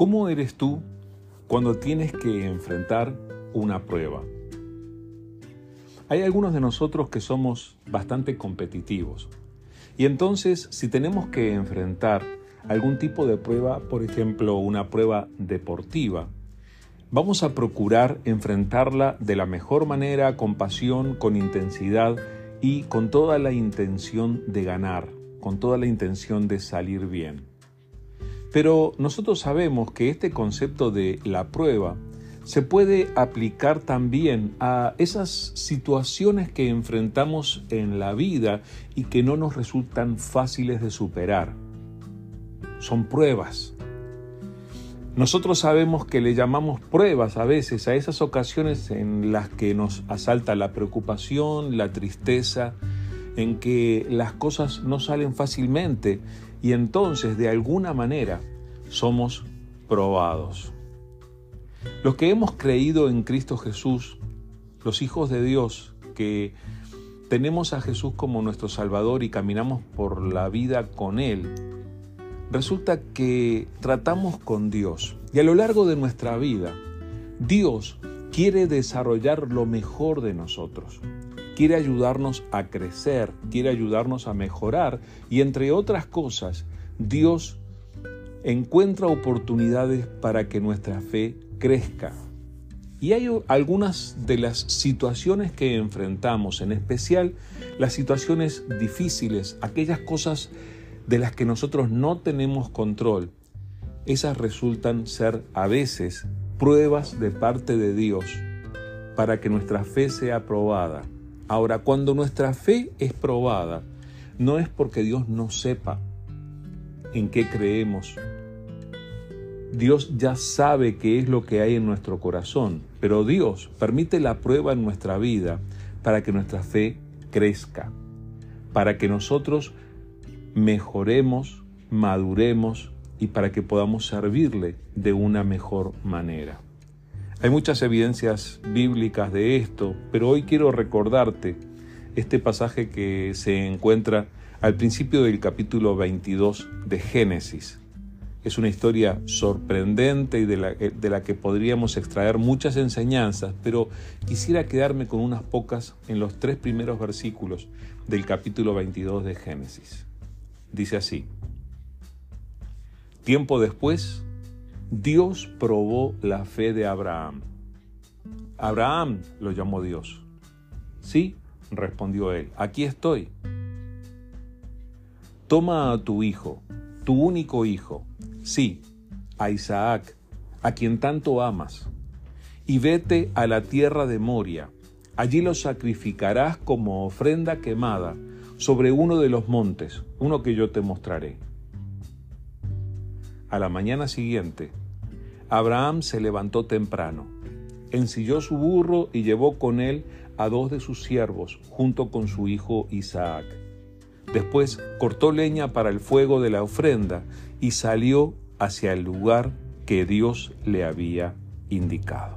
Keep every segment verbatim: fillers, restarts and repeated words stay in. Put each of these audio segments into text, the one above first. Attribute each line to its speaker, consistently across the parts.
Speaker 1: ¿Cómo eres tú cuando tienes que enfrentar una prueba? Hay algunos de nosotros que somos bastante competitivos. Y entonces, si tenemos que enfrentar algún tipo de prueba, por ejemplo, una prueba deportiva, vamos a procurar enfrentarla de la mejor manera, con pasión, con intensidad y con toda la intención de ganar, con toda la intención de salir bien. Pero nosotros sabemos que este concepto de la prueba se puede aplicar también a esas situaciones que enfrentamos en la vida y que no nos resultan fáciles de superar. Son pruebas. Nosotros sabemos que le llamamos pruebas a veces a esas ocasiones en las que nos asalta la preocupación, la tristeza, en que las cosas no salen fácilmente y entonces de alguna manera somos probados. Los que hemos creído en Cristo Jesús, los hijos de Dios, que tenemos a Jesús como nuestro Salvador y caminamos por la vida con Él, resulta que tratamos con Dios. Y a lo largo de nuestra vida, Dios quiere desarrollar lo mejor de nosotros. Quiere ayudarnos a crecer, quiere ayudarnos a mejorar y entre otras cosas, Dios encuentra oportunidades para que nuestra fe crezca. Y hay algunas de las situaciones que enfrentamos, en especial las situaciones difíciles, aquellas cosas de las que nosotros no tenemos control, esas resultan ser a veces pruebas de parte de Dios para que nuestra fe sea probada. Ahora, cuando nuestra fe es probada, no es porque Dios no sepa en qué creemos. Dios ya sabe qué es lo que hay en nuestro corazón, pero Dios permite la prueba en nuestra vida para que nuestra fe crezca, para que nosotros mejoremos, maduremos y para que podamos servirle de una mejor manera. Hay muchas evidencias bíblicas de esto, pero hoy quiero recordarte este pasaje que se encuentra al principio del capítulo veintidós de Génesis. Es una historia sorprendente y de la, de la que podríamos extraer muchas enseñanzas, pero quisiera quedarme con unas pocas en los tres primeros versículos del capítulo veintidós de Génesis. Dice así: Tiempo después, Dios probó la fe de Abraham. Abraham, lo llamó Dios. Sí, respondió él, aquí estoy. Toma a tu hijo, tu único hijo, sí, a Isaac, a quien tanto amas, y vete a la tierra de Moria. Allí lo sacrificarás como ofrenda quemada sobre uno de los montes, uno que yo te mostraré. A la mañana siguiente, Abraham se levantó temprano, ensilló su burro y llevó con él a dos de sus siervos, junto con su hijo Isaac. Después cortó leña para el fuego de la ofrenda y salió hacia el lugar que Dios le había indicado.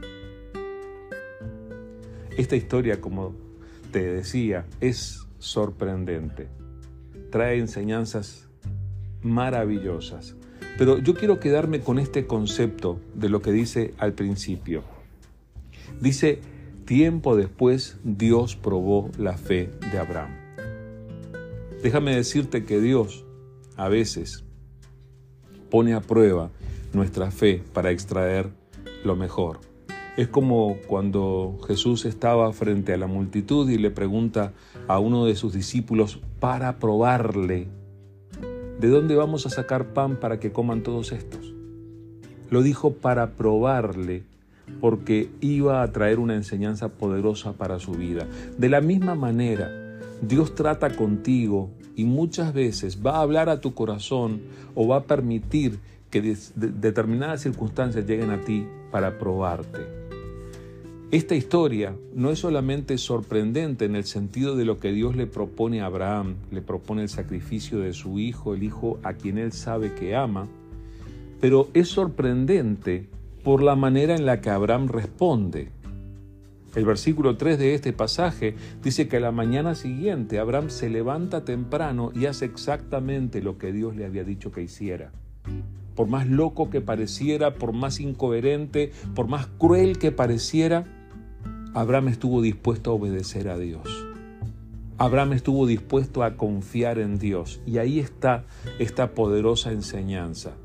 Speaker 1: Esta historia, como te decía, es sorprendente. Trae enseñanzas maravillosas. Pero yo quiero quedarme con este concepto de lo que dice al principio. Dice, tiempo después Dios probó la fe de Abraham. Déjame decirte que Dios a veces pone a prueba nuestra fe para extraer lo mejor. Es como cuando Jesús estaba frente a la multitud y le pregunta a uno de sus discípulos para probarle: ¿de dónde vamos a sacar pan para que coman todos estos? Lo dijo para probarle, porque iba a traer una enseñanza poderosa para su vida. De la misma manera, Dios trata contigo y muchas veces va a hablar a tu corazón o va a permitir que de- de- determinadas circunstancias lleguen a ti para probarte. Esta historia no es solamente sorprendente en el sentido de lo que Dios le propone a Abraham, le propone el sacrificio de su hijo, el hijo a quien él sabe que ama, pero es sorprendente por la manera en la que Abraham responde. El versículo tres de este pasaje dice que a la mañana siguiente Abraham se levanta temprano y hace exactamente lo que Dios le había dicho que hiciera. por más loco que pareciera, por más incoherente, por más cruel que pareciera, Abraham estuvo dispuesto a obedecer a Dios. Abraham estuvo dispuesto a confiar en Dios. Y ahí está esta poderosa enseñanza.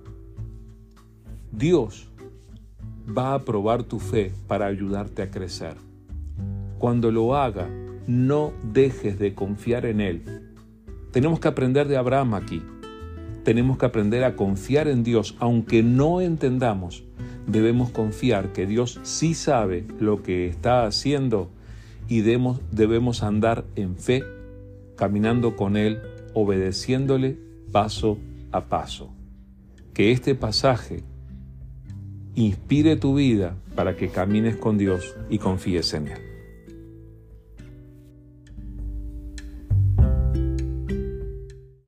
Speaker 1: Dios va a probar tu fe para ayudarte a crecer. Cuando lo haga, no dejes de confiar en Él. Tenemos que aprender de Abraham aquí. Tenemos que aprender a confiar en Dios. Aunque no entendamos, debemos confiar que Dios sí sabe lo que está haciendo y debemos, debemos andar en fe, caminando con Él, obedeciéndole paso a paso. Que este pasaje inspire tu vida para que camines con Dios y confíes en Él.